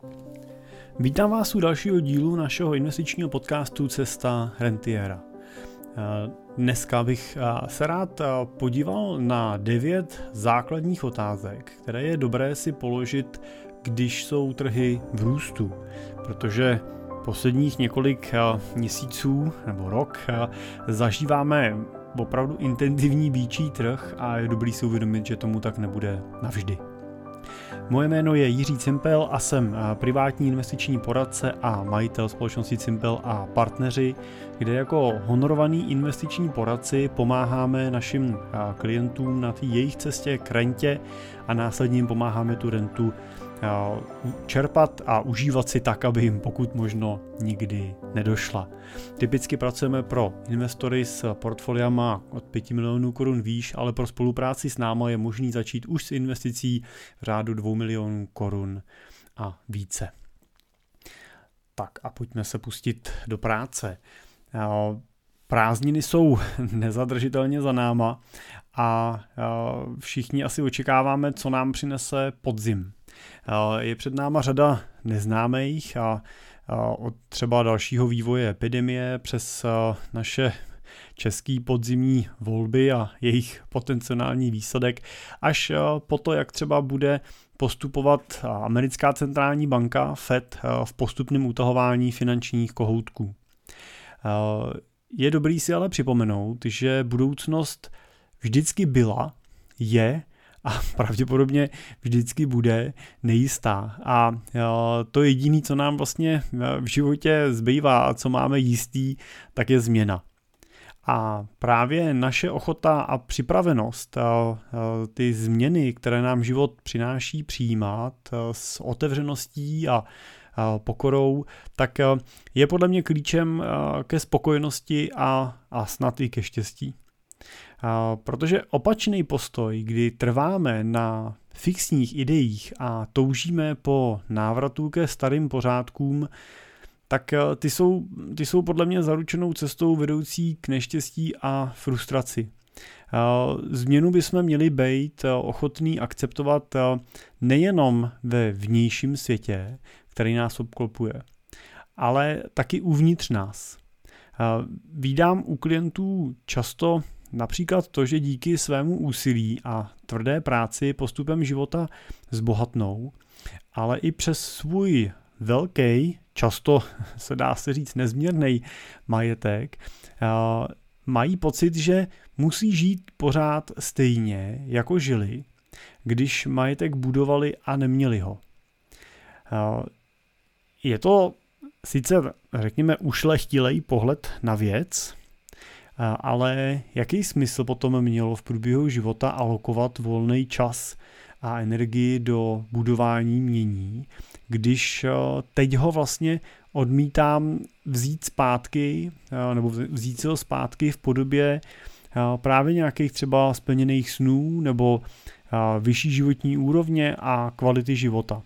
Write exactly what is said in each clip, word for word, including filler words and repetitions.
Vítám vás u dalšího dílu našeho investičního podcastu Cesta rentiéra. Dneska bych se rád podíval na devět základních otázek, které je dobré si položit, když jsou trhy v růstu, protože posledních několik měsíců nebo rok zažíváme opravdu intenzivní býčí trh a je dobrý si uvědomit, že tomu tak nebude navždy. Moje jméno je Jiří Cimpel a jsem privátní investiční poradce a majitel společnosti Cimpel a partneři, kde jako honorovaný investiční poradci pomáháme našim klientům na té jejich cestě k rentě a následně jim pomáháme tu rentu čerpat a užívat si tak, aby jim pokud možno nikdy nedošla. Typicky pracujeme pro investory s portfoliama od pěti milionů korun výš, ale pro spolupráci s náma je možný začít už s investicí v řádu dvou milionů korun a více. Tak a pojďme se pustit do práce. Prázdniny jsou nezadržitelně za náma a všichni asi očekáváme, co nám přinese podzim. Je před náma řada neznámých a od třeba dalšího vývoje epidemie přes naše český podzimní volby a jejich potenciální výsledek až po to, jak třeba bude postupovat americká centrální banka Fed v postupném utahování finančních kohoutků. Je dobrý si ale připomenout, že budoucnost vždycky byla, je a pravděpodobně vždycky bude nejistá. A to jediné, co nám vlastně v životě zbývá a co máme jistý, tak je změna. A právě naše ochota a připravenost ty změny, které nám život přináší, přijímat s otevřeností a pokorou, tak je podle mě klíčem ke spokojenosti a, a snad i ke štěstí. Protože opačný postoj, kdy trváme na fixních ideích a toužíme po návratu ke starým pořádkům, tak ty jsou, ty jsou podle mě zaručenou cestou vedoucí k neštěstí a frustraci. Změnu bychom měli být ochotný akceptovat nejenom ve vnějším světě, který nás obklopuje, ale taky uvnitř nás. Vídám u klientů často například to, že díky svému úsilí a tvrdé práci postupem života zbohatnou, ale i přes svůj velký, často se dá se říct nezměrný majetek, mají pocit, že musí žít pořád stejně, jako žili, když majetek budovali a neměli ho. Je to sice, řekněme, ušlechtilej pohled na věc, ale jaký smysl potom mělo v průběhu života alokovat volný čas a energii do budování mění, když teď ho vlastně odmítám vzít zpátky, nebo vzít si ho zpátky v podobě právě nějakých třeba splněných snů nebo vyšší životní úrovně a kvality života.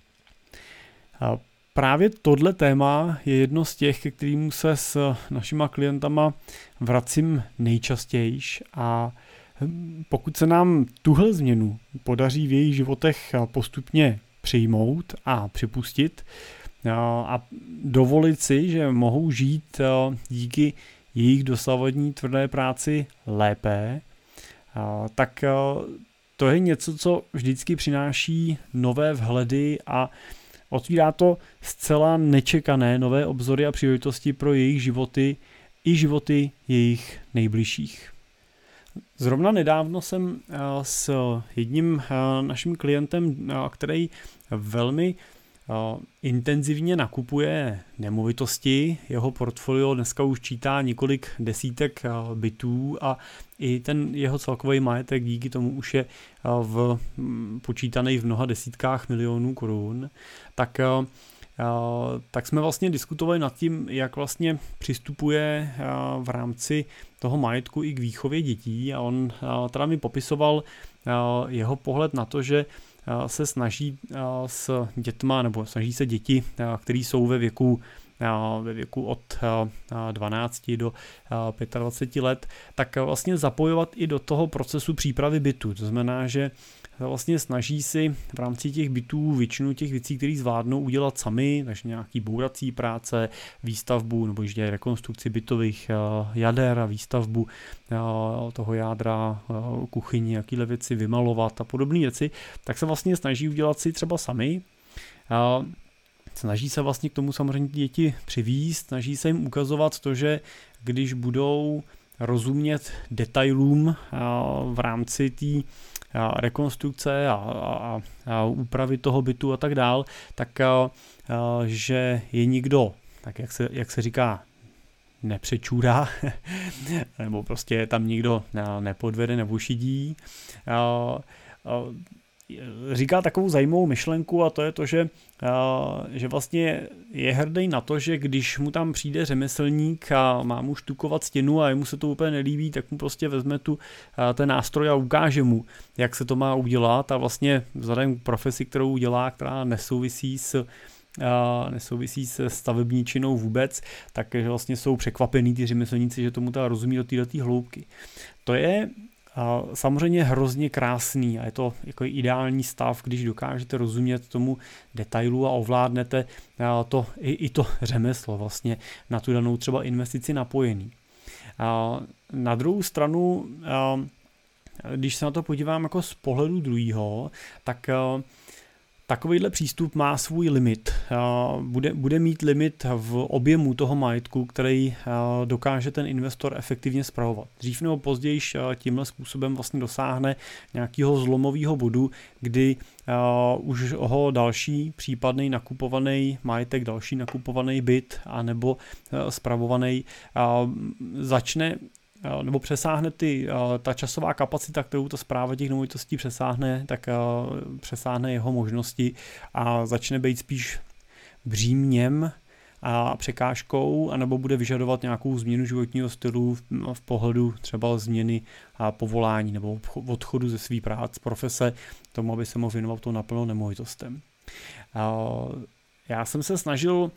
Právě tohle téma je jedno z těch, ke kterým se s našima klientama vracím nejčastěji a pokud se nám tuhle změnu podaří v jejich životech postupně přijmout a připustit a dovolit si, že mohou žít díky jejich dosavadní tvrdé práci lépe, tak to je něco, co vždycky přináší nové vhledy a otvírá to zcela nečekané nové obzory a příležitosti pro jejich životy i životy jejich nejbližších. Zrovna nedávno jsem s jedním naším klientem, který velmi intenzivně nakupuje nemovitosti, jeho portfolio dneska už čítá několik desítek bytů a i ten jeho celkový majetek díky tomu už je v, počítaný v mnoha desítkách milionů korun, tak, tak jsme vlastně diskutovali nad tím, jak vlastně přistupuje v rámci toho majetku i k výchově dětí a on teda mi popisoval jeho pohled na to, že se snaží s dětma, nebo snaží se děti, které jsou ve věku ve věku od dvanácti do dvaceti pěti let, tak vlastně zapojovat i do toho procesu přípravy bytu. To znamená, že vlastně snaží si v rámci těch bytů většinu těch věcí, které zvládnou, udělat sami, takže nějaký bourací práce, výstavbu nebo ještě rekonstrukci bytových jader a výstavbu toho jádra, kuchyni, jakýhle věci vymalovat a podobné věci, tak se vlastně snaží udělat si třeba sami. Snaží se vlastně k tomu samozřejmě děti přivízt, snaží se jim ukazovat to, že když budou rozumět detailům v rámci té rekonstrukce a, a, a úpravy toho bytu a tak dál, tak a, a, že je nikdo, tak jak se, jak se říká, nepřečůrá, nebo prostě tam nikdo nepodvede, nebušidí. A, a, říká takovou zajímavou myšlenku a to je to, že, že vlastně je hrdý na to, že když mu tam přijde řemeslník a má mu štukovat stěnu a jemu se to úplně nelíbí, tak mu prostě vezme tu, ten nástroj a ukáže mu, jak se to má udělat a vlastně vzhledem k profesi, kterou udělá, která nesouvisí s nesouvisí se stavební činnou vůbec, takže vlastně jsou překvapení ty řemeslníci, že tomu ta rozumí do této hloubky. To je A samozřejmě hrozně krásný a je to jako ideální stav, když dokážete rozumět tomu detailu a ovládnete to, i, i to řemeslo vlastně na tu danou třeba investici napojený. A na druhou stranu, když se na to podívám jako z pohledu druhého, tak takovýhle přístup má svůj limit. Bude, bude mít limit v objemu toho majetku, který dokáže ten investor efektivně spravovat. Dřív nebo později tímhle způsobem vlastně dosáhne nějakého zlomového bodu, kdy už ho další případný nakupovaný majetek, další nakupovaný byt anebo spravovaný začne nebo přesáhne ty, ta časová kapacita, kterou ta správa těch nemovitostí přesáhne, tak přesáhne jeho možnosti a začne být spíš břímněm a překážkou, anebo bude vyžadovat nějakou změnu životního stylu v pohledu třeba změny povolání nebo odchodu ze své práce, profese, tomu, aby se mohl věnovat to naplno nemovitostem. Já jsem se snažil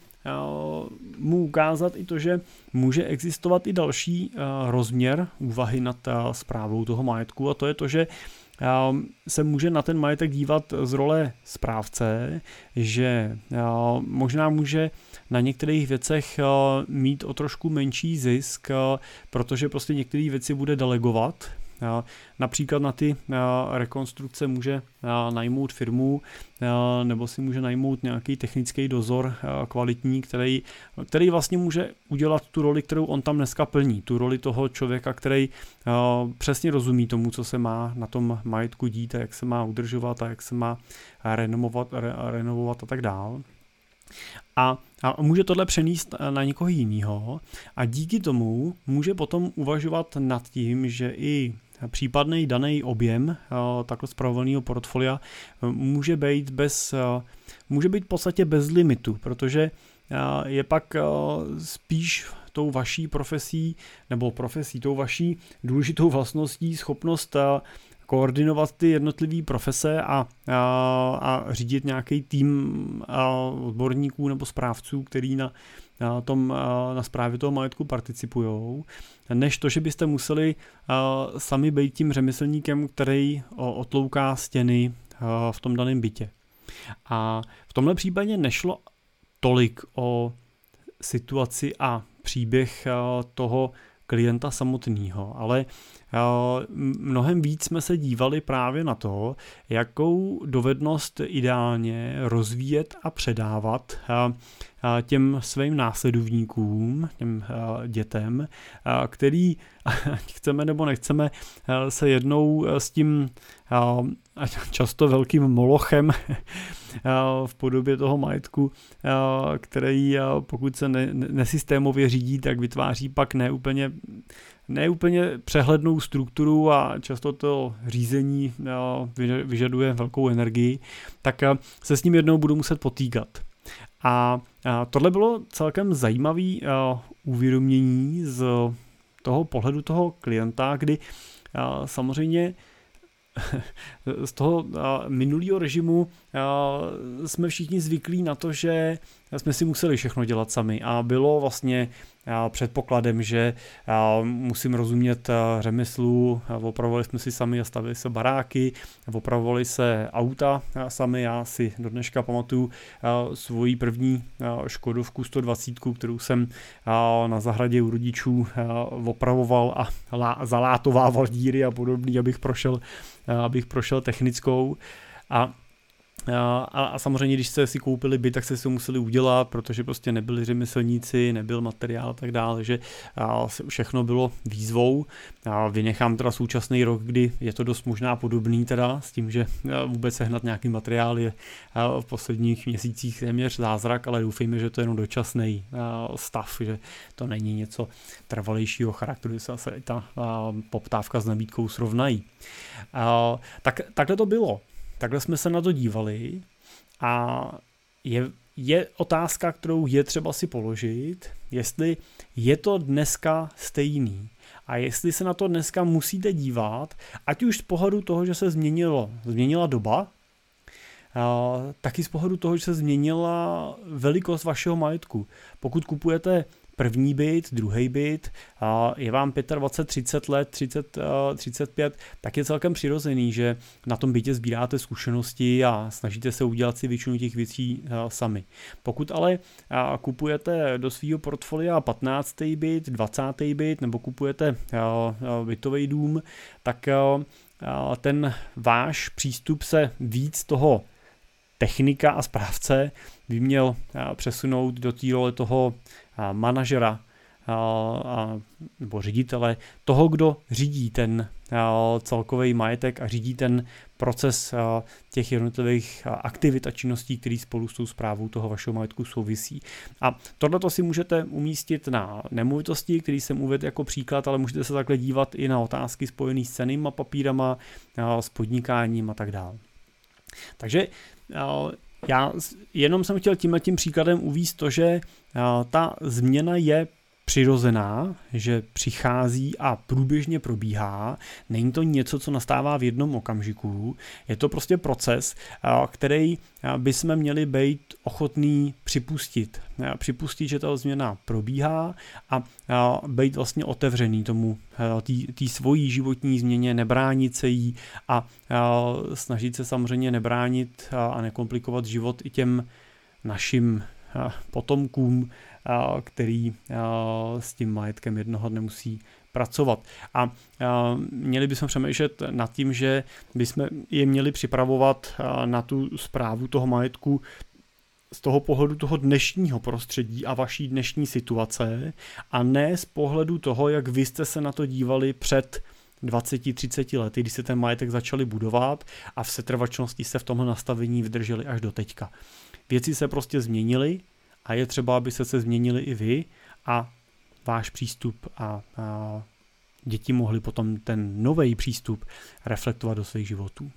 mu ukázat i to, že může existovat i další rozměr úvahy nad správou toho majetku a to je to, že se může na ten majetek dívat z role správce, že možná může na některých věcech mít o trošku menší zisk, protože prostě některé věci bude delegovat. Například na ty rekonstrukce může najmout firmu nebo si může najmout nějaký technický dozor kvalitní, který, který vlastně může udělat tu roli, kterou on tam dneska plní. Tu roli toho člověka, který přesně rozumí tomu, co se má na tom majetku dít a jak se má udržovat a jak se má renovovat, re, renovovat a tak dál. A, a může tohle přenést na někoho jiného a díky tomu může potom uvažovat nad tím, že i případný daný objem takhle spravovaného portfolia může být bez, může být v podstatě bez limitu, protože je pak spíš tou vaší profesí nebo profesí, tou vaší důležitou vlastností schopnost koordinovat ty jednotlivé profese a, a, a řídit nějaký tým odborníků nebo správců, který na, na, tom, na správě toho majetku participují, než to, že byste museli sami být tím řemeslníkem, který otlouká stěny v tom daném bytě. A v tomhle případě nešlo tolik o situaci a příběh toho klienta samotného, ale mnohem víc jsme se dívali právě na to, jakou dovednost ideálně rozvíjet a předávat těm svým následovníkům, těm dětem, který, ať chceme nebo nechceme, se jednou s tím často velkým molochem v podobě toho majetku, který pokud se ne, nesystémově řídí, tak vytváří pak neúplně neúplně přehlednou strukturu a často to řízení vyžaduje velkou energii, tak se s ním jednou budu muset potýkat. A tohle bylo celkem zajímavé uvědomění z toho pohledu toho klienta, kdy samozřejmě z toho minulého režimu jsme všichni zvyklí na to, že jsme si museli všechno dělat sami a bylo vlastně předpokladem, že musím rozumět řemeslu, opravovali jsme si sami a stavili se baráky, opravovali se auta sami, já si do dneška pamatuju svoji první Škodovku sto dvacet, kterou jsem na zahradě u rodičů opravoval a zalátovával díry a podobný, abych prošel, abych prošel technickou. A A, a samozřejmě, když jste si koupili byt, tak jste si to museli udělat, protože prostě nebyli řemeslníci, nebyl materiál a tak dále, že všechno bylo výzvou. A vynechám teda současný rok, kdy je to dost možná podobný teda, s tím, že vůbec sehnat nějaký materiál je v posledních měsících téměř zázrak, ale doufejme, že to je jenom dočasný stav, že to není něco trvalejšího charakteru, že se zase ta poptávka s nabídkou srovnají. Tak, takhle to bylo. Takhle jsme se na to dívali a je, je otázka, kterou je třeba si položit, jestli je to dneska stejný a jestli se na to dneska musíte dívat, ať už z pohledu toho, že se změnilo, změnila doba, a taky z pohledu toho, že se změnila velikost vašeho majetku. Pokud kupujete první byt, druhý byt, je vám dvacet pět, třicet let, třicet, třicet pět, tak je celkem přirozený, že na tom bytě sbíráte zkušenosti a snažíte se udělat si většinu těch věcí sami. Pokud ale kupujete do svého portfolia patnáctý byt, dvacátý byt nebo kupujete bytový dům, tak ten váš přístup se víc toho technika a správce by měl přesunout do té role toho manažera a, nebo ředitele, toho, kdo řídí ten celkový majetek a řídí ten proces těch jednotlivých aktivit a činností, které spolu s tou správou toho vašeho majetku souvisí. A tohleto si můžete umístit na nemovitosti, který jsem uvedl jako příklad, ale můžete se takhle dívat i na otázky spojené s cennýma papírama, s podnikáním a tak dále. Takže já jenom jsem chtěl tímhletím příkladem uvést to, že ta změna je přirozená, že přichází a průběžně probíhá. Není to něco, co nastává v jednom okamžiku. Je to prostě proces, který bychom měli být ochotný připustit. Připustit, že ta změna probíhá a být vlastně otevřený tomu, té svojí životní změně, nebránit se jí a snažit se samozřejmě nebránit a nekomplikovat život i těm našim potomkům, který s tím majetkem jednoho dne musí pracovat. A měli bychom přemýšlet nad tím, že bychom je měli připravovat na tu správu toho majetku z toho pohledu toho dnešního prostředí a vaší dnešní situace a ne z pohledu toho, jak vy jste se na to dívali před dvacet třicet lety, když se ten majetek začali budovat a v setrvačnosti se v tomhle nastavení vydrželi až do teďka. Věci se prostě změnily a je třeba, aby se se změnili i vy a váš přístup a, a děti mohly potom ten nový přístup reflektovat do svých životů.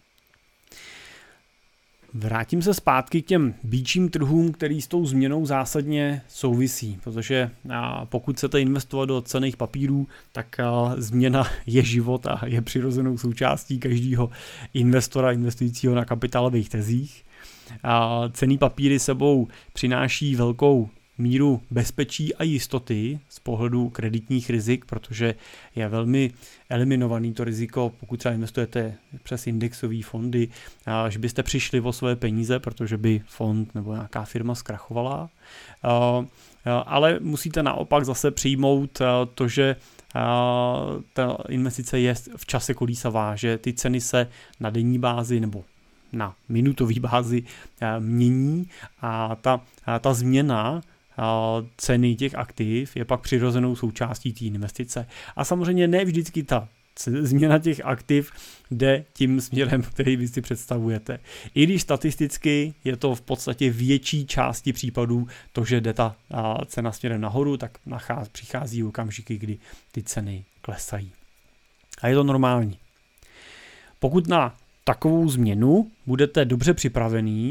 Vrátím se zpátky k těm býčím trhům, který s tou změnou zásadně souvisí, protože pokud chcete investovat do cenných papírů, tak změna je život a je přirozenou součástí každého investora investujícího na kapitálových trzích. Cenný papíry sebou přináší velkou míru bezpečí a jistoty z pohledu kreditních rizik, protože je velmi eliminovaný to riziko, pokud třeba investujete přes indexové fondy, že byste přišli o své peníze, protože by fond nebo nějaká firma zkrachovala. Ale musíte naopak zase přijmout to, že ta investice je v čase kolísavá, že ty ceny se na denní bázi nebo na minutový bázi mění a ta, ta změna ceny těch aktiv je pak přirozenou součástí té investice. A samozřejmě ne vždycky ta změna těch aktiv jde tím směrem, který vy si představujete. I když statisticky je to v podstatě větší části případů to, že jde ta cena směrem nahoru, tak přichází okamžiky, kdy ty ceny klesají. A je to normální. Pokud na takovou změnu budete dobře připravený,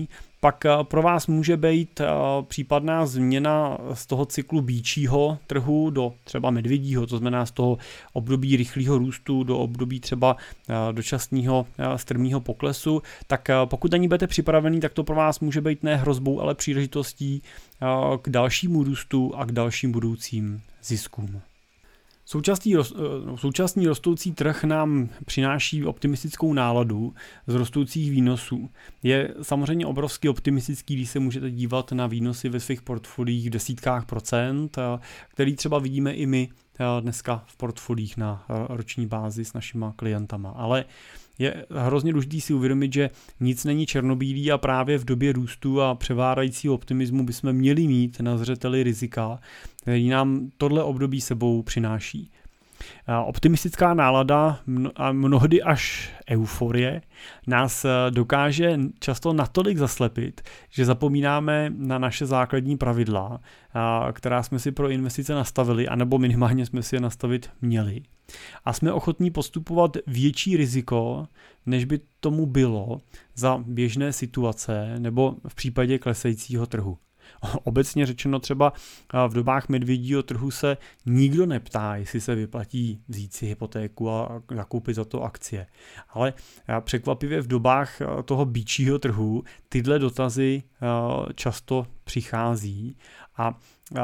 pak pro vás může být případná změna z toho cyklu býčího trhu do třeba medvědího, to znamená z toho období rychlého růstu do období třeba dočasného strmého poklesu, tak pokud na ní budete připravený, tak to pro vás může být ne hrozbou, ale příležitostí k dalšímu růstu a k dalším budoucím ziskům. Současný, současný rostoucí trh nám přináší optimistickou náladu z rostoucích výnosů. Je samozřejmě obrovsky optimistický, když se můžete dívat na výnosy ve svých portfoliích v desítkách procent, který třeba vidíme i my dneska v portfoliích na roční bázi s našima klientama. Ale je hrozně důležité si uvědomit, že nic není černobílý a právě v době růstu a převárajícího optimismu bychom měli mít na zřeteli rizika, který nám tohle období sebou přináší. Optimistická nálada a mnohdy až euforie nás dokáže často natolik zaslepit, že zapomínáme na naše základní pravidla, která jsme si pro investice nastavili, anebo minimálně jsme si je nastavit měli. A jsme ochotní postupovat větší riziko, než by tomu bylo za běžné situace nebo v případě klesajícího trhu. Obecně řečeno třeba v dobách medvědího trhu se nikdo neptá, jestli se vyplatí vzít si hypotéku a zakoupit za to akcie. Ale překvapivě v dobách toho býčího trhu tyhle dotazy často přichází a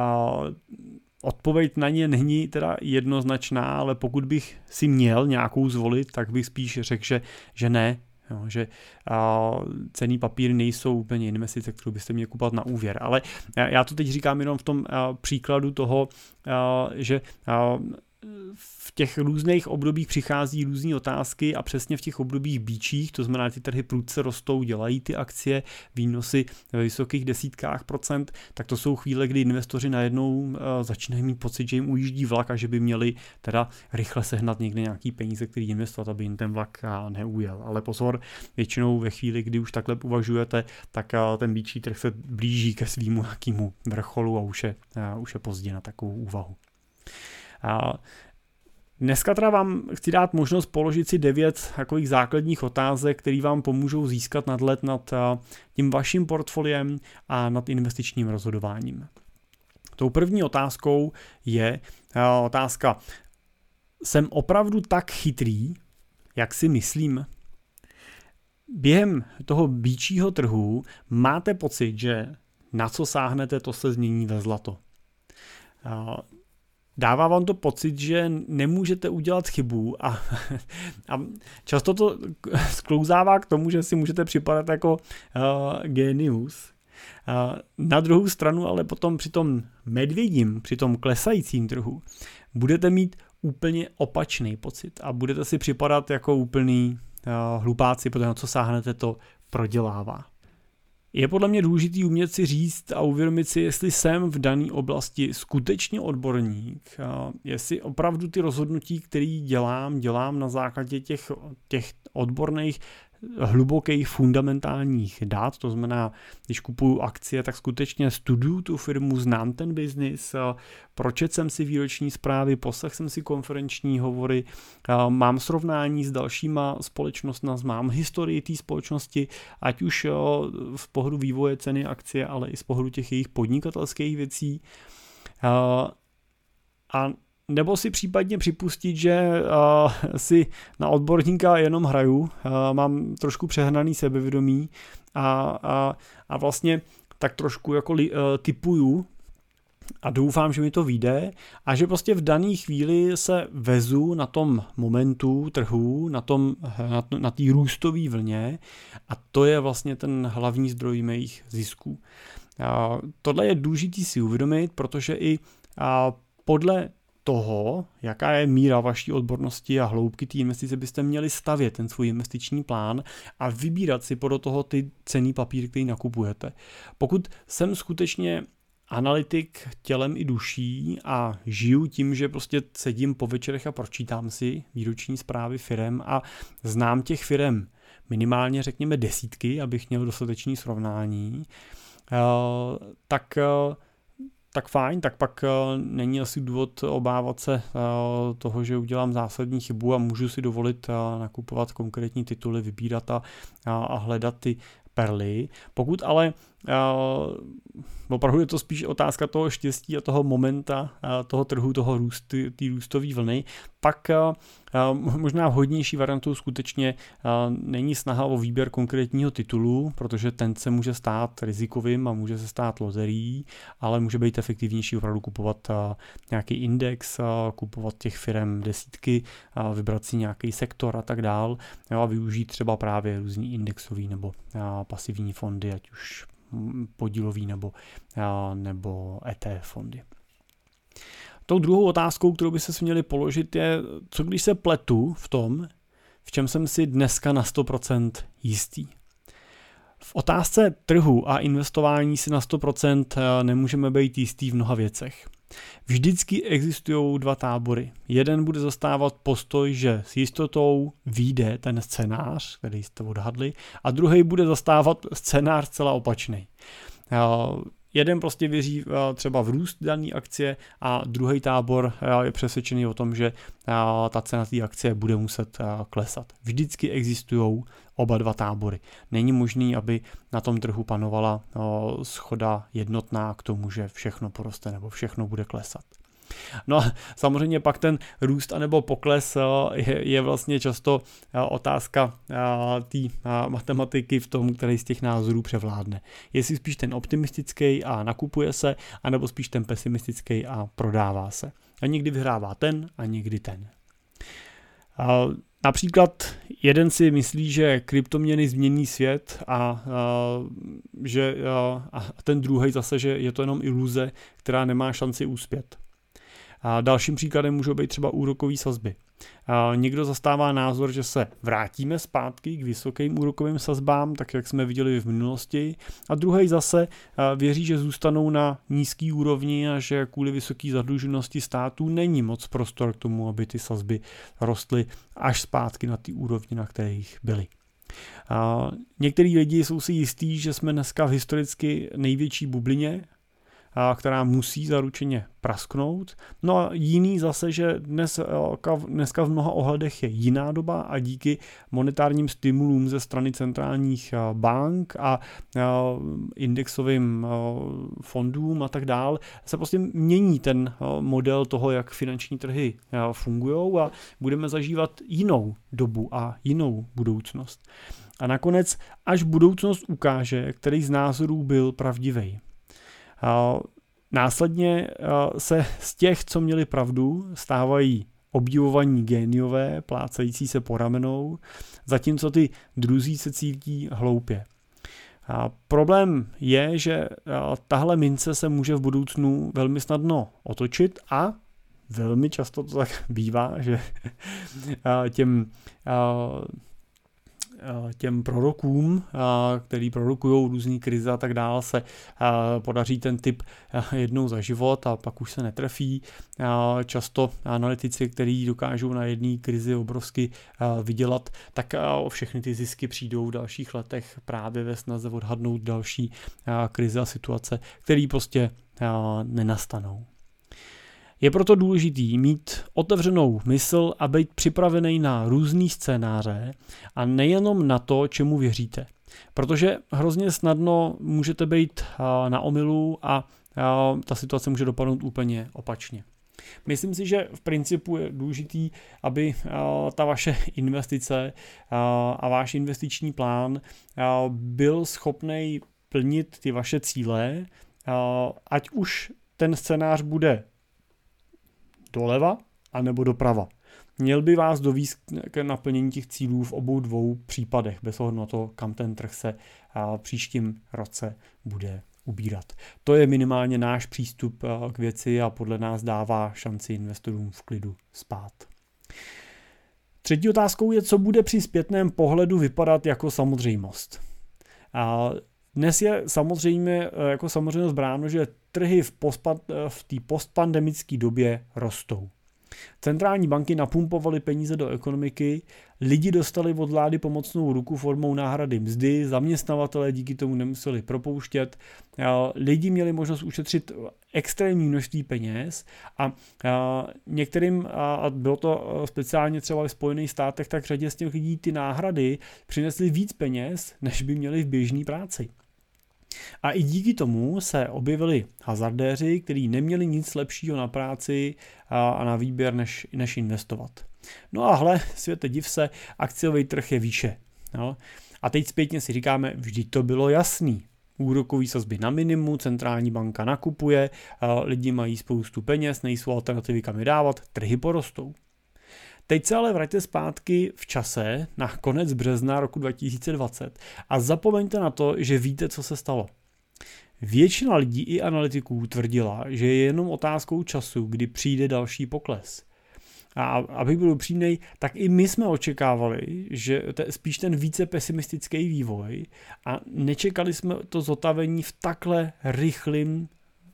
odpověď na ně není teda jednoznačná, ale pokud bych si měl nějakou zvolit, tak bych spíš řekl, že, že ne, jo, že a, cenný papíry nejsou úplně investice, kterou byste měli kupovat na úvěr. Ale já to teď říkám jenom v tom a, příkladu toho, a, že a, v těch různých obdobích přichází různé otázky a přesně v těch obdobích býčích, to znamená, ty trhy prudce rostou, dělají ty akcie, výnosy ve vysokých desítkách procent, tak to jsou chvíle, kdy investoři najednou uh, začínají mít pocit, že jim ujíždí vlak a že by měli teda rychle sehnat někde nějaký peníze, který investovat, aby jim ten vlak uh, neujel. Ale pozor, většinou ve chvíli, kdy už takhle uvažujete, tak uh, ten býčí trh se blíží ke svýmu nějakému vrcholu a už je, uh, už je pozdě na takovou úvahu. A dneska teda vám chci dát možnost položit si devět takových základních otázek, které vám pomůžou získat nadhled nad tím vaším portfoliem a nad investičním rozhodováním. Tou první otázkou je otázka: jsem opravdu tak chytrý, jak si myslím? Během toho býčího trhu máte pocit, že na co sáhnete, to se změní ve zlato. Dává vám to pocit, že nemůžete udělat chybu a, a často to sklouzává k tomu, že si můžete připadat jako uh, genius. Uh, na druhou stranu ale potom při tom medvědím, při tom klesajícím trhu budete mít úplně opačný pocit a budete si připadat jako úplný uh, hlupáci, protože na co sáhnete, to prodělává. Je podle mě důležitý umět si říct a uvědomit si, jestli jsem v dané oblasti skutečně odborník, jestli opravdu ty rozhodnutí, které dělám, dělám na základě těch, těch odborných, hlubokých, fundamentálních dat, to znamená, když kupuju akcie, tak skutečně studuju tu firmu, znám ten biznis, pročetl jsem si výroční zprávy, poslechl jsem si konferenční hovory, mám srovnání s dalšíma společnostmi, mám historii té společnosti, ať už z pohledu vývoje ceny akcie, ale i z pohledu těch jejich podnikatelských věcí. A nebo si případně připustit, že uh, si na odborníka jenom hraju, uh, mám trošku přehnaný sebevědomí a, a, a vlastně tak trošku jako li, uh, typuju a doufám, že mi to vyjde a že prostě v dané chvíli se vezu na tom momentu trhu, na tom, na, na té růstové vlně a to je vlastně ten hlavní zdroj mých zisků. Uh, tohle je důležité si uvědomit, protože i uh, podle toho, jaká je míra vaší odbornosti a hloubky té investice, byste měli stavět ten svůj investiční plán a vybírat si podle toho ty cenný papíry, který nakupujete. Pokud jsem skutečně analytik tělem i duší a žiju tím, že prostě sedím po večerech a pročítám si výroční zprávy firem a znám těch firem minimálně řekněme desítky, abych měl dostatečné srovnání, tak tak fajn, tak pak uh, není asi důvod obávat se uh, toho, že udělám zásadní chybu a můžu si dovolit uh, nakupovat konkrétní tituly, vybírat a, a, a hledat ty perly. Pokud ale uh, opravdu je to spíš otázka toho štěstí a toho momenta, uh, toho trhu, toho růstu, té růstové vlny, pak uh, uh, možná vhodnější variantou skutečně uh, není snaha o výběr konkrétního titulu, protože ten se může stát rizikovým a může se stát loterií, ale může být efektivnější opravdu kupovat uh, nějaký index, uh, kupovat těch firem desítky, uh, vybrat si nějaký sektor a tak dál, jo, a využít třeba právě různý indexový nebo uh, pasivní fondy, ať už podílový nebo, uh, nebo E T F fondy. Tou druhou otázkou, kterou by se měli položit, je, co když se pletu v tom, v čem jsem si dneska na sto procent jistý. V otázce trhu a investování si na sto procent nemůžeme být jistý v mnoha věcech. Vždycky existují dva tábory. Jeden bude zastávat postoj, že s jistotou vyjde ten scénář, který jste odhadli, a druhý bude zastávat scénář celá opačný. Jeden prostě věří třeba v růst dané akcie a druhý tábor je přesvědčený o tom, že ta cena té akcie bude muset klesat. Vždycky existují oba dva tábory. Není možný, aby na tom trhu panovala shoda jednotná k tomu, že všechno poroste nebo všechno bude klesat. No a samozřejmě pak ten růst anebo pokles je, je vlastně často otázka té matematiky v tom, který z těch názorů převládne. Jestli spíš ten optimistický a nakupuje se, anebo spíš ten pesimistický a prodává se. A někdy vyhrává ten a někdy ten. A například jeden si myslí, že kryptoměny změní svět a, a že a, a ten druhý zase, že je to jenom iluze, která nemá šanci uspět. A dalším příkladem můžou být třeba úrokové sazby. A někdo zastává názor, že se vrátíme zpátky k vysokým úrokovým sazbám, tak jak jsme viděli v minulosti, a druhý zase věří, že zůstanou na nízký úrovni a že kvůli vysoké zadluženosti států není moc prostor k tomu, aby ty sazby rostly až zpátky na ty úrovni, na kterých byly. A některý lidi jsou si jistí, že jsme dneska v historicky největší bublině, která musí zaručeně prasknout. No a jiný zase, že dnes, dneska v mnoha ohledech je jiná doba a díky monetárním stimulům ze strany centrálních bank a indexovým fondům a tak dál se prostě mění ten model toho, jak finanční trhy fungují a budeme zažívat jinou dobu a jinou budoucnost. A nakonec až budoucnost ukáže, který z názorů byl pravdivý. Následně se z těch, co měli pravdu, stávají obdivovaní géniové, plácající se po ramenou, zatímco ty druzí se cítí hloupě. A problém je, že tahle mince se může v budoucnu velmi snadno otočit a velmi často to tak bývá, že těm těm prorokům, který prorokují různý krize a tak dále, se podaří ten typ jednou za život a pak už se netrefí. Často analytici, kteří dokážou na jedné krizi obrovsky vydělat, tak o všechny ty zisky přijdou v dalších letech právě ve snaze odhadnout další krize a situace, které prostě nenastanou. Je proto důležitý mít otevřenou mysl a být připravený na různý scénáře a nejenom na to, čemu věříte. Protože hrozně snadno můžete být na omylu a ta situace může dopadnout úplně opačně. Myslím si, že v principu je důležitý, aby ta vaše investice a váš investiční plán byl schopný plnit ty vaše cíle, ať už ten scénář bude doleva anebo doprava. Měl by vás dovést k naplnění těch cílů v obou dvou případech, bez ohledu na to, kam ten trh se v příštím roce bude ubírat. To je minimálně náš přístup k věci a podle nás dává šanci investorům v klidu spát. Třetí otázkou je, co bude při zpětném pohledu vypadat jako samozřejmost. A dnes je samozřejmě jako samozřejmost bráno, že trhy v, v té postpandemické době rostou. Centrální banky napumpovaly peníze do ekonomiky, lidi dostali od vlády pomocnou ruku formou náhrady mzdy, zaměstnavatelé díky tomu nemuseli propouštět, lidi měli možnost ušetřit extrémní množství peněz a některým, a bylo to speciálně třeba ve Spojených státech, tak řadě z těch lidí ty náhrady přinesly víc peněz, než by měli v běžné práci. A i díky tomu se objevili hazardéři, kteří neměli nic lepšího na práci a na výběr, než, než investovat. No a hle, světe div se, akciový trh je výše. No. A teď zpětně si říkáme, vždyť to bylo jasný. Úrokový sazby na minimu, centrální banka nakupuje, lidi mají spoustu peněz, nejsou alternativy kam je dávat, trhy porostou. Teď se ale vraťte zpátky v čase na konec března roku dva tisíce dvacet a zapomeňte na to, že víte, co se stalo. Většina lidí i analytiků tvrdila, že je jenom otázkou času, kdy přijde další pokles. A abych byl upřímnej, tak i my jsme očekávali, že te, spíš ten více pesimistický vývoj a nečekali jsme to zotavení v takhle rychlém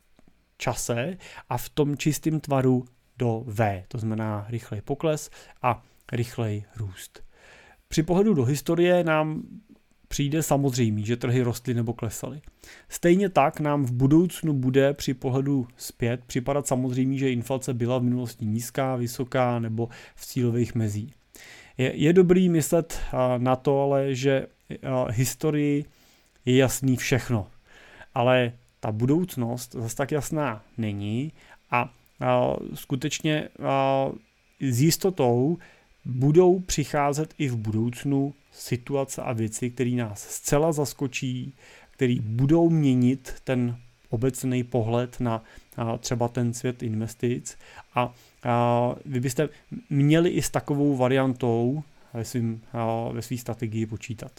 čase a v tom čistém tvaru do V, to znamená rychlej pokles a rychlej růst. Při pohledu do historie nám přijde samozřejmé, že trhy rostly nebo klesaly. Stejně tak nám v budoucnu bude při pohledu zpět připadat samozřejmé, že inflace byla v minulosti nízká, vysoká nebo v cílových mezích. Je, je dobrý myslet na to, ale že historii je jasný všechno. Ale ta budoucnost zase tak jasná není a skutečně s jistotou budou přicházet i v budoucnu situace a věci, které nás zcela zaskočí, které budou měnit ten obecný pohled na třeba ten svět investic a vy byste měli i s takovou variantou ve, svým, ve své strategii počítat.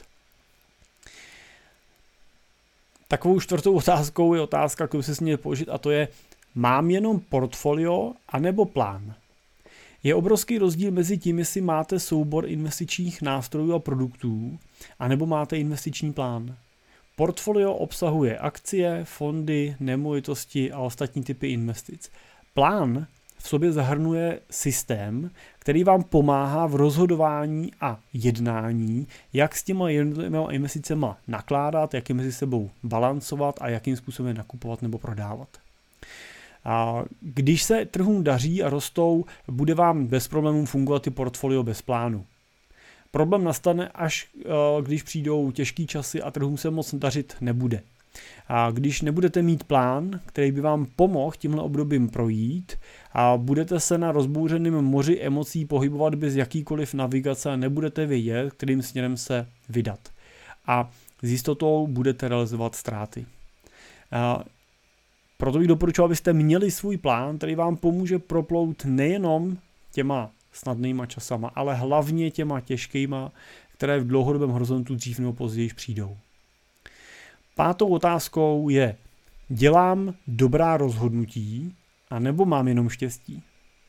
Takovou čtvrtou otázkou je otázka, kterou se směli položit, a to je, mám jenom portfolio anebo plán? Je obrovský rozdíl mezi tím, jestli máte soubor investičních nástrojů a produktů, anebo máte investiční plán. Portfolio obsahuje akcie, fondy, nemovitosti a ostatní typy investic. Plán v sobě zahrnuje systém, který vám pomáhá v rozhodování a jednání, jak s těma jednotlivými investicema nakládat, jak je mezi sebou balancovat a jakým způsobem nakupovat nebo prodávat. A když se trhům daří a rostou, bude vám bez problémů fungovat i portfolio bez plánu. Problém nastane, až když přijdou těžký časy a trhům se moc dařit nebude. A když nebudete mít plán, který by vám pomohl tímhle obdobím projít a budete se na rozbouřeném moři emocí pohybovat bez jakýkoliv navigace a nebudete vědět, kterým směrem se vydat. A s jistotou budete realizovat ztráty. A proto bych doporučoval, abyste měli svůj plán, který vám pomůže proplout nejenom těma snadnýma časama, ale hlavně těma těžkýma, které v dlouhodobém horizontu dřív nebo později přijdou. Pátou otázkou je, dělám dobrá rozhodnutí, anebo mám jenom štěstí?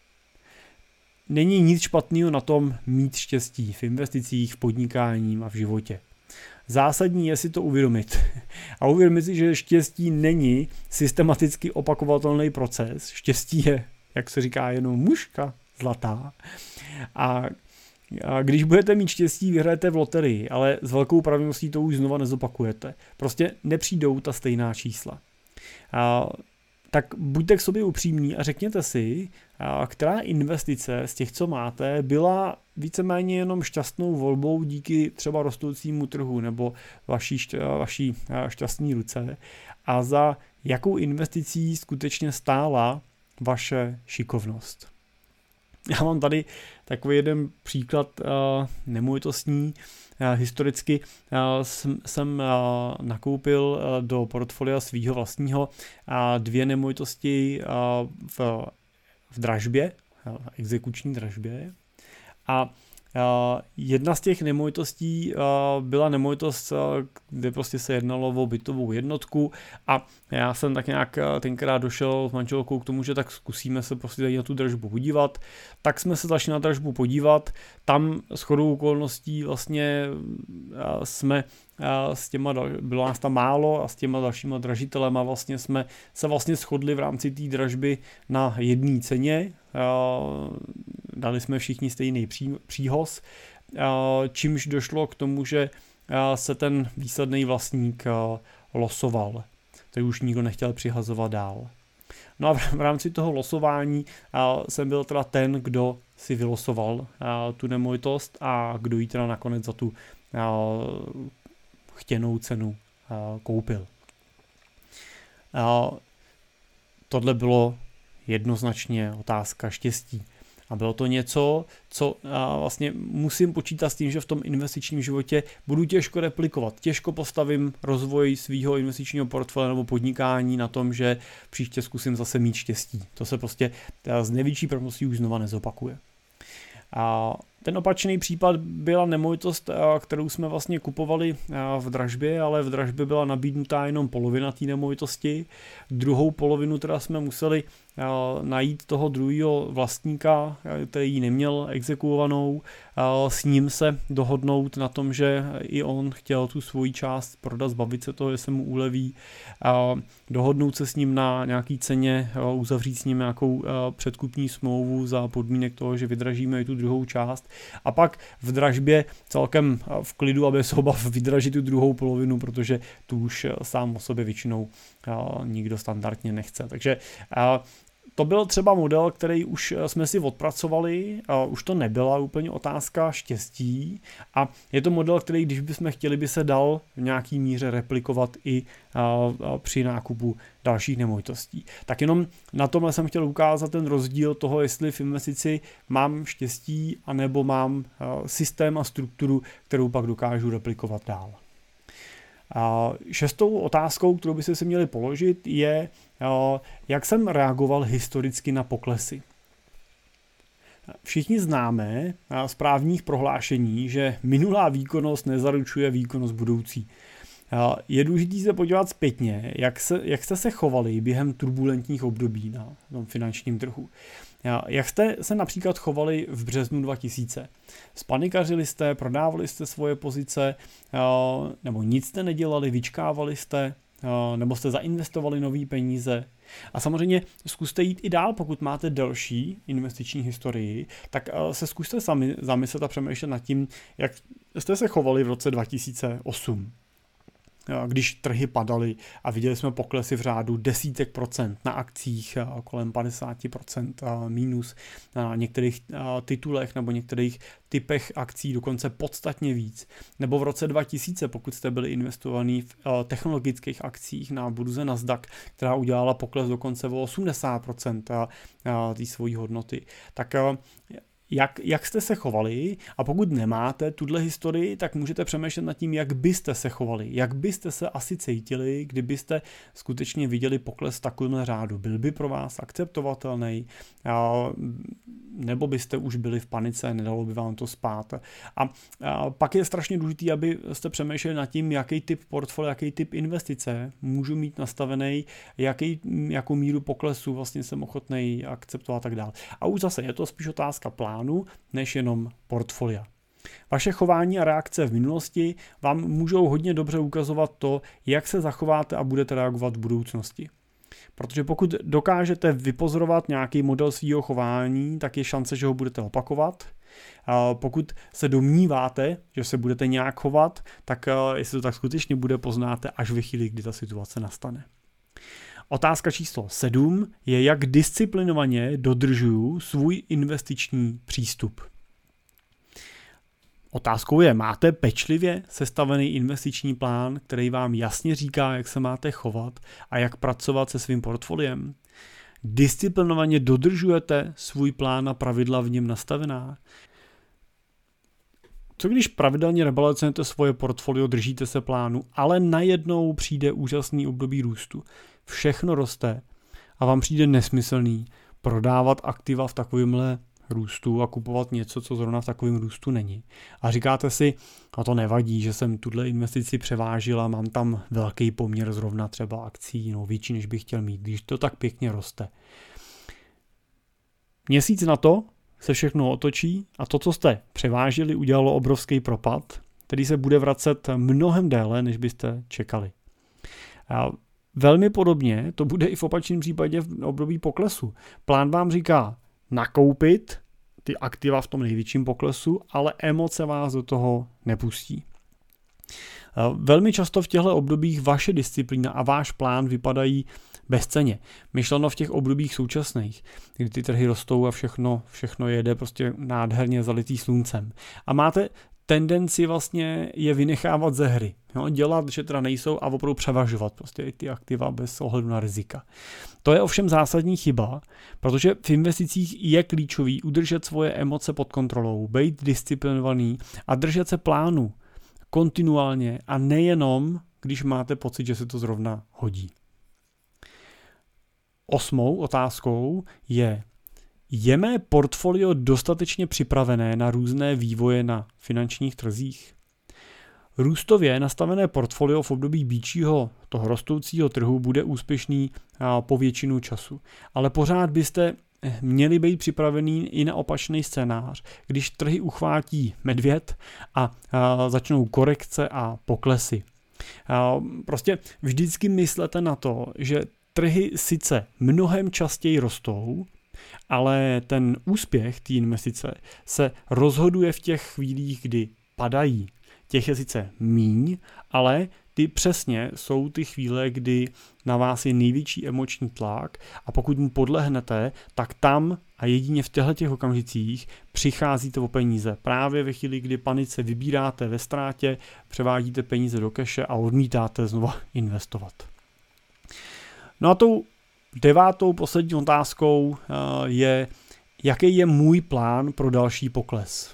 Není nic špatného na tom mít štěstí v investicích, v podnikání a v životě. Zásadní je si to uvědomit. A uvědomit si, že štěstí není systematicky opakovatelný proces. Štěstí je, jak se říká, jenom muška zlatá. A A když budete mít štěstí, vyhrajete v loterii, ale s velkou pravděpodobností to už znova nezopakujete. Prostě nepřijdou ta stejná čísla. A, tak buďte k sobě upřímní a řekněte si, a, která investice z těch, co máte, byla víceméně jenom šťastnou volbou díky třeba rostoucímu trhu nebo vaší, šť- vaší šťastní ruce a za jakou investicí skutečně stála vaše šikovnost. Já mám tady takový jeden příklad uh, nemovitostní. Uh, historicky uh, jsem, jsem uh, nakoupil uh, do portfolia svýho vlastního uh, dvě nemovitosti uh, v, v dražbě, uh, exekuční dražbě. A Jedna z těch nemovitostí byla nemovitost, kde prostě se jednalo o bytovou jednotku a já jsem tak nějak tenkrát došel s manželkou k tomu, že tak zkusíme se prostě tady na tu dražbu podívat. Tak jsme se začali na dražbu podívat, tam shodou okolností vlastně jsme s těma, bylo nás tam málo a s těma dalšíma dražitelema vlastně jsme se vlastně shodli v rámci té dražby na jedné ceně. Dali jsme všichni stejný příhoz, čímž došlo k tomu, že se ten výsledný vlastník losoval. To už nikdo nechtěl přihazovat dál. No a v rámci toho losování jsem byl teda ten, kdo si vylosoval tu nemovitost a kdo ji teda nakonec za tu chtěnou cenu koupil. Tohle bylo jednoznačně otázka štěstí. A bylo to něco, co vlastně musím počítat s tím, že v tom investičním životě budu těžko replikovat. Těžko postavím rozvoj svého investičního portfolia nebo podnikání na tom, že příště zkusím zase mít štěstí. To se prostě z největší pravděpodobností už znova nezopakuje. A ten opačný případ byla nemovitost, kterou jsme vlastně kupovali v dražbě, ale v dražbě byla nabídnutá jenom polovina té nemovitosti. Druhou polovinu teda jsme museli najít toho druhého vlastníka, který ji neměl exekuovanou, s ním se dohodnout na tom, že i on chtěl tu svoji část prodat, zbavit se toho, že se mu uleví, dohodnout se s ním na nějaký ceně, uzavřít s ním nějakou předkupní smlouvu za podmínek toho, že vydražíme i tu druhou část a pak v dražbě celkem v klidu, aby se oba vydražit tu druhou polovinu, protože tu už sám o sobě většinou nikdo standardně nechce. Takže to byl třeba model, který už jsme si odpracovali, už to nebyla úplně otázka štěstí a je to model, který, když bychom chtěli, by se dal v nějaký míře replikovat i při nákupu dalších nemovitostí. Tak jenom na tomhle jsem chtěl ukázat ten rozdíl toho, jestli v investici mám štěstí, anebo mám systém a strukturu, kterou pak dokážu replikovat dál. A šestou otázkou, kterou byste si měli položit, je, jak jsem reagoval historicky na poklesy. Všichni známe z právních prohlášení, že minulá výkonnost nezaručuje výkonnost budoucí. Je důležité se podívat zpětně, jak, se, jak jste se chovali během turbulentních období na tom finančním trhu. Jak jste se například chovali v březnu dva tisíce? Spanikařili jste, prodávali jste svoje pozice, nebo nic jste nedělali, vyčkávali jste, nebo jste zainvestovali nový peníze? A samozřejmě zkuste jít i dál, pokud máte delší investiční historii, tak se zkuste sami zamyslet a přemýšlet nad tím, jak jste se chovali v roce dva tisíce osm. Když trhy padaly a viděli jsme poklesy v řádu desítek procent na akcích, kolem padesát procent mínus na některých titulech nebo některých typech akcí dokonce podstatně víc. Nebo v roce dva tisíce, pokud jste byli investovaní v technologických akcích na burze Nasdaq, která udělala pokles dokonce o osmdesát procent té svojí hodnoty. Tak Jak, jak jste se chovali a pokud nemáte tuhle historii, tak můžete přemýšlet nad tím, jak byste se chovali, jak byste se asi cítili, kdybyste skutečně viděli pokles v takovém řádu. Byl by pro vás akceptovatelný, nebo byste už byli v panice, nedalo by vám to spát. A pak je strašně důležité, abyste přemýšleli nad tím, jaký typ portfolia, jaký typ investice můžu mít nastavený, jaký, jakou míru poklesu vlastně jsem ochotný akceptovat a tak dále. A už zase je to spíš otázka plánu, než jenom portfolia. Vaše chování a reakce v minulosti vám můžou hodně dobře ukazovat to, jak se zachováte a budete reagovat v budoucnosti. Protože pokud dokážete vypozorovat nějaký model svého chování, tak je šance, že ho budete opakovat. Pokud se domníváte, že se budete nějak chovat, tak jestli to tak skutečně bude, poznáte až ve chvíli, kdy ta situace nastane. Otázka číslo sedm je, jak disciplinovaně dodržuju svůj investiční přístup. Otázkou je, máte pečlivě sestavený investiční plán, který vám jasně říká, jak se máte chovat a jak pracovat se svým portfoliem? Disciplinovaně dodržujete svůj plán a pravidla v něm nastavená? Co když pravidelně rebalancujete svoje portfolio, držíte se plánu, ale najednou přijde úžasný období růstu. Všechno roste a vám přijde nesmyslný prodávat aktiva v takovémhle růstu a kupovat něco, co zrovna v takovém růstu není. A říkáte si, a to nevadí, že jsem tuhle investici převážil a mám tam velký poměr zrovna třeba akcí, no větší, než bych chtěl mít, když to tak pěkně roste. Měsíc na to se všechno otočí a to, co jste převážili, udělalo obrovský propad, který se bude vracet mnohem déle, než byste čekali. A velmi podobně to bude i v opačném případě v období poklesu. Plán vám říká nakoupit ty aktiva v tom největším poklesu, ale emoce vás do toho nepustí. Velmi často v těchto obdobích vaše disciplína a váš plán vypadají bezcenně. Myšleno v těch obdobích současných, kdy ty trhy rostou a všechno, všechno jede prostě nádherně zalitý sluncem. A máte tendenci vlastně je vynechávat ze hry. Jo? Dělat, že teda nejsou a opravdu převažovat prostě i ty aktiva bez ohledu na rizika. To je ovšem zásadní chyba, protože v investicích je klíčový udržet svoje emoce pod kontrolou, být disciplinovaný a držet se plánu kontinuálně a nejenom, když máte pocit, že se to zrovna hodí. Osmou otázkou je, je mé portfolio dostatečně připravené na různé vývoje na finančních trzích? Růstově nastavené portfolio v období býčího toho rostoucího trhu bude úspěšný po většinu času, ale pořád byste měli být připravený i na opačný scénář, když trhy uchvátí medvěd a, a začnou korekce a poklesy. A prostě vždycky myslete na to, že trhy sice mnohem častěji rostou, ale ten úspěch té investice se rozhoduje v těch chvílích, kdy padají. Těch je sice míň, ale ty přesně jsou ty chvíle, kdy na vás je největší emoční tlak a pokud mu podlehnete, tak tam a jedině v těchto okamžicích přicházíte o peníze. Právě ve chvíli, kdy panice vybíráte ve ztrátě, převádíte peníze do keše a odmítáte znova investovat. No a tou devátou poslední otázkou je, jaký je můj plán pro další pokles.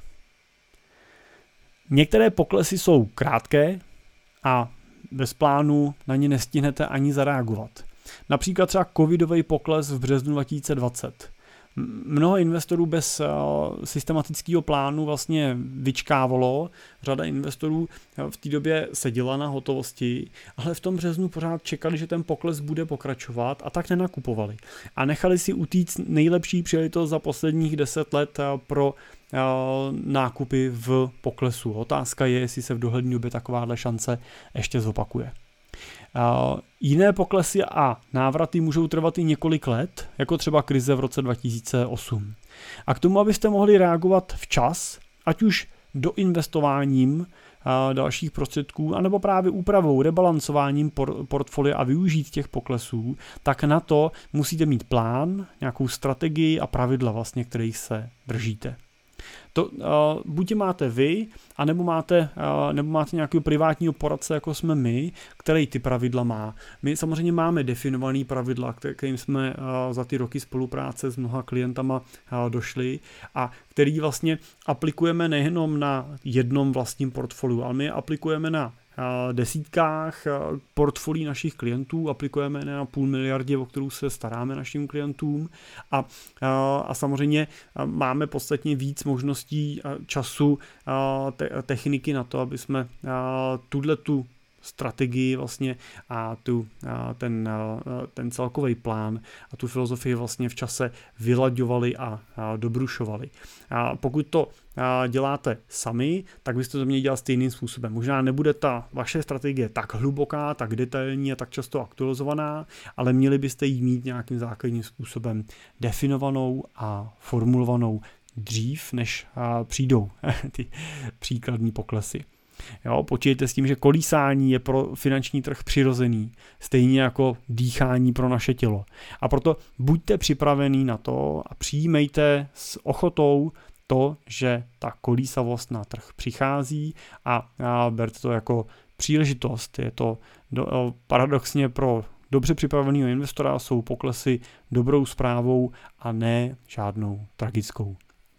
Některé poklesy jsou krátké a bez plánu na ně nestihnete ani zareagovat. Například třeba covidový pokles v březnu dva tisíce dvacet. Mnoho investorů bez systematického plánu vlastně vyčkávalo. Řada investorů v té době seděla na hotovosti, ale v tom březnu pořád čekali, že ten pokles bude pokračovat a tak nenakupovali. A nechali si utíct nejlepší příležitost za posledních deset let pro nákupy v poklesu. Otázka je, jestli se v dohledné době takováhle šance ještě zopakuje. Uh, jiné poklesy a návraty můžou trvat i několik let, jako třeba krize v roce dva tisíce osm. A k tomu, abyste mohli reagovat včas, ať už doinvestováním uh, dalších prostředků, anebo právě úpravou, rebalancováním por- portfolia a využít těch poklesů, tak na to musíte mít plán, nějakou strategii a pravidla, vlastně, kterých se držíte. To, uh, buď máte vy, anebo máte, uh, nebo máte nějakého privátního poradce, jako jsme my, který ty pravidla má. My samozřejmě máme definované pravidla, kterým jsme uh, za ty roky spolupráce s mnoha klientama uh, došli a který vlastně aplikujeme nejenom na jednom vlastním portfoliu, ale my je aplikujeme na desítkách portfolií našich klientů, aplikujeme na půl miliardě, o kterou se staráme našim klientům a, a, a samozřejmě máme podstatně víc možností času, te, techniky na to, aby jsme tuhle tu strategii vlastně a tu, a ten, a ten celkový plán a tu filozofii vlastně v čase vylaďovali a, a dobrušovali. A pokud to a děláte sami, tak byste to měli dělat stejným způsobem. Možná nebude ta vaše strategie tak hluboká, tak detailní a tak často aktualizovaná, ale měli byste ji mít nějakým základním způsobem definovanou a formulovanou dřív, než přijdou ty příkladní poklesy. Jo, počítejte s tím, že kolísání je pro finanční trh přirozený, stejně jako dýchání pro naše tělo. A proto buďte připravení na to a přijímejte s ochotou to, že ta kolísavost na trh přichází a, a berte to jako příležitost. Je to do, paradoxně pro dobře připraveného investora jsou poklesy dobrou zprávou a ne žádnou tragickou.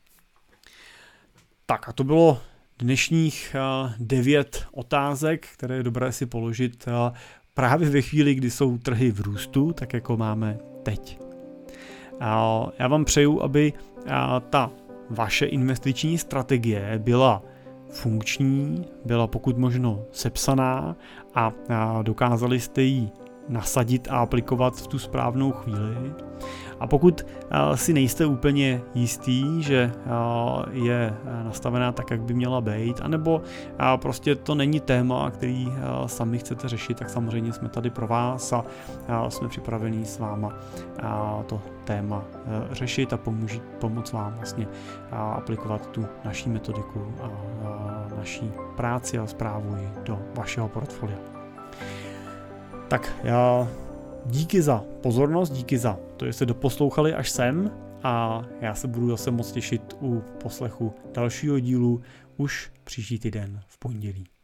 Tak a to bylo dnešních devět otázek, které je dobré si položit právě ve chvíli, kdy jsou trhy v růstu, tak jako máme teď. Já vám přeju, aby ta vaše investiční strategie byla funkční, byla pokud možno sepsaná a dokázali jste ji nasadit a aplikovat v tu správnou chvíli. A pokud si nejste úplně jistý, že je nastavená tak, jak by měla být, anebo prostě to není téma, který sami chcete řešit, tak samozřejmě jsme tady pro vás a jsme připraveni s váma to téma řešit a pomůžit, pomoct vám vlastně aplikovat tu naší metodiku a naší práci a správu do vašeho portfolia. Tak já díky za pozornost, díky za to, že jste doposlouchali až sem a já se budu zase moc těšit u poslechu dalšího dílu už příští týden v pondělí.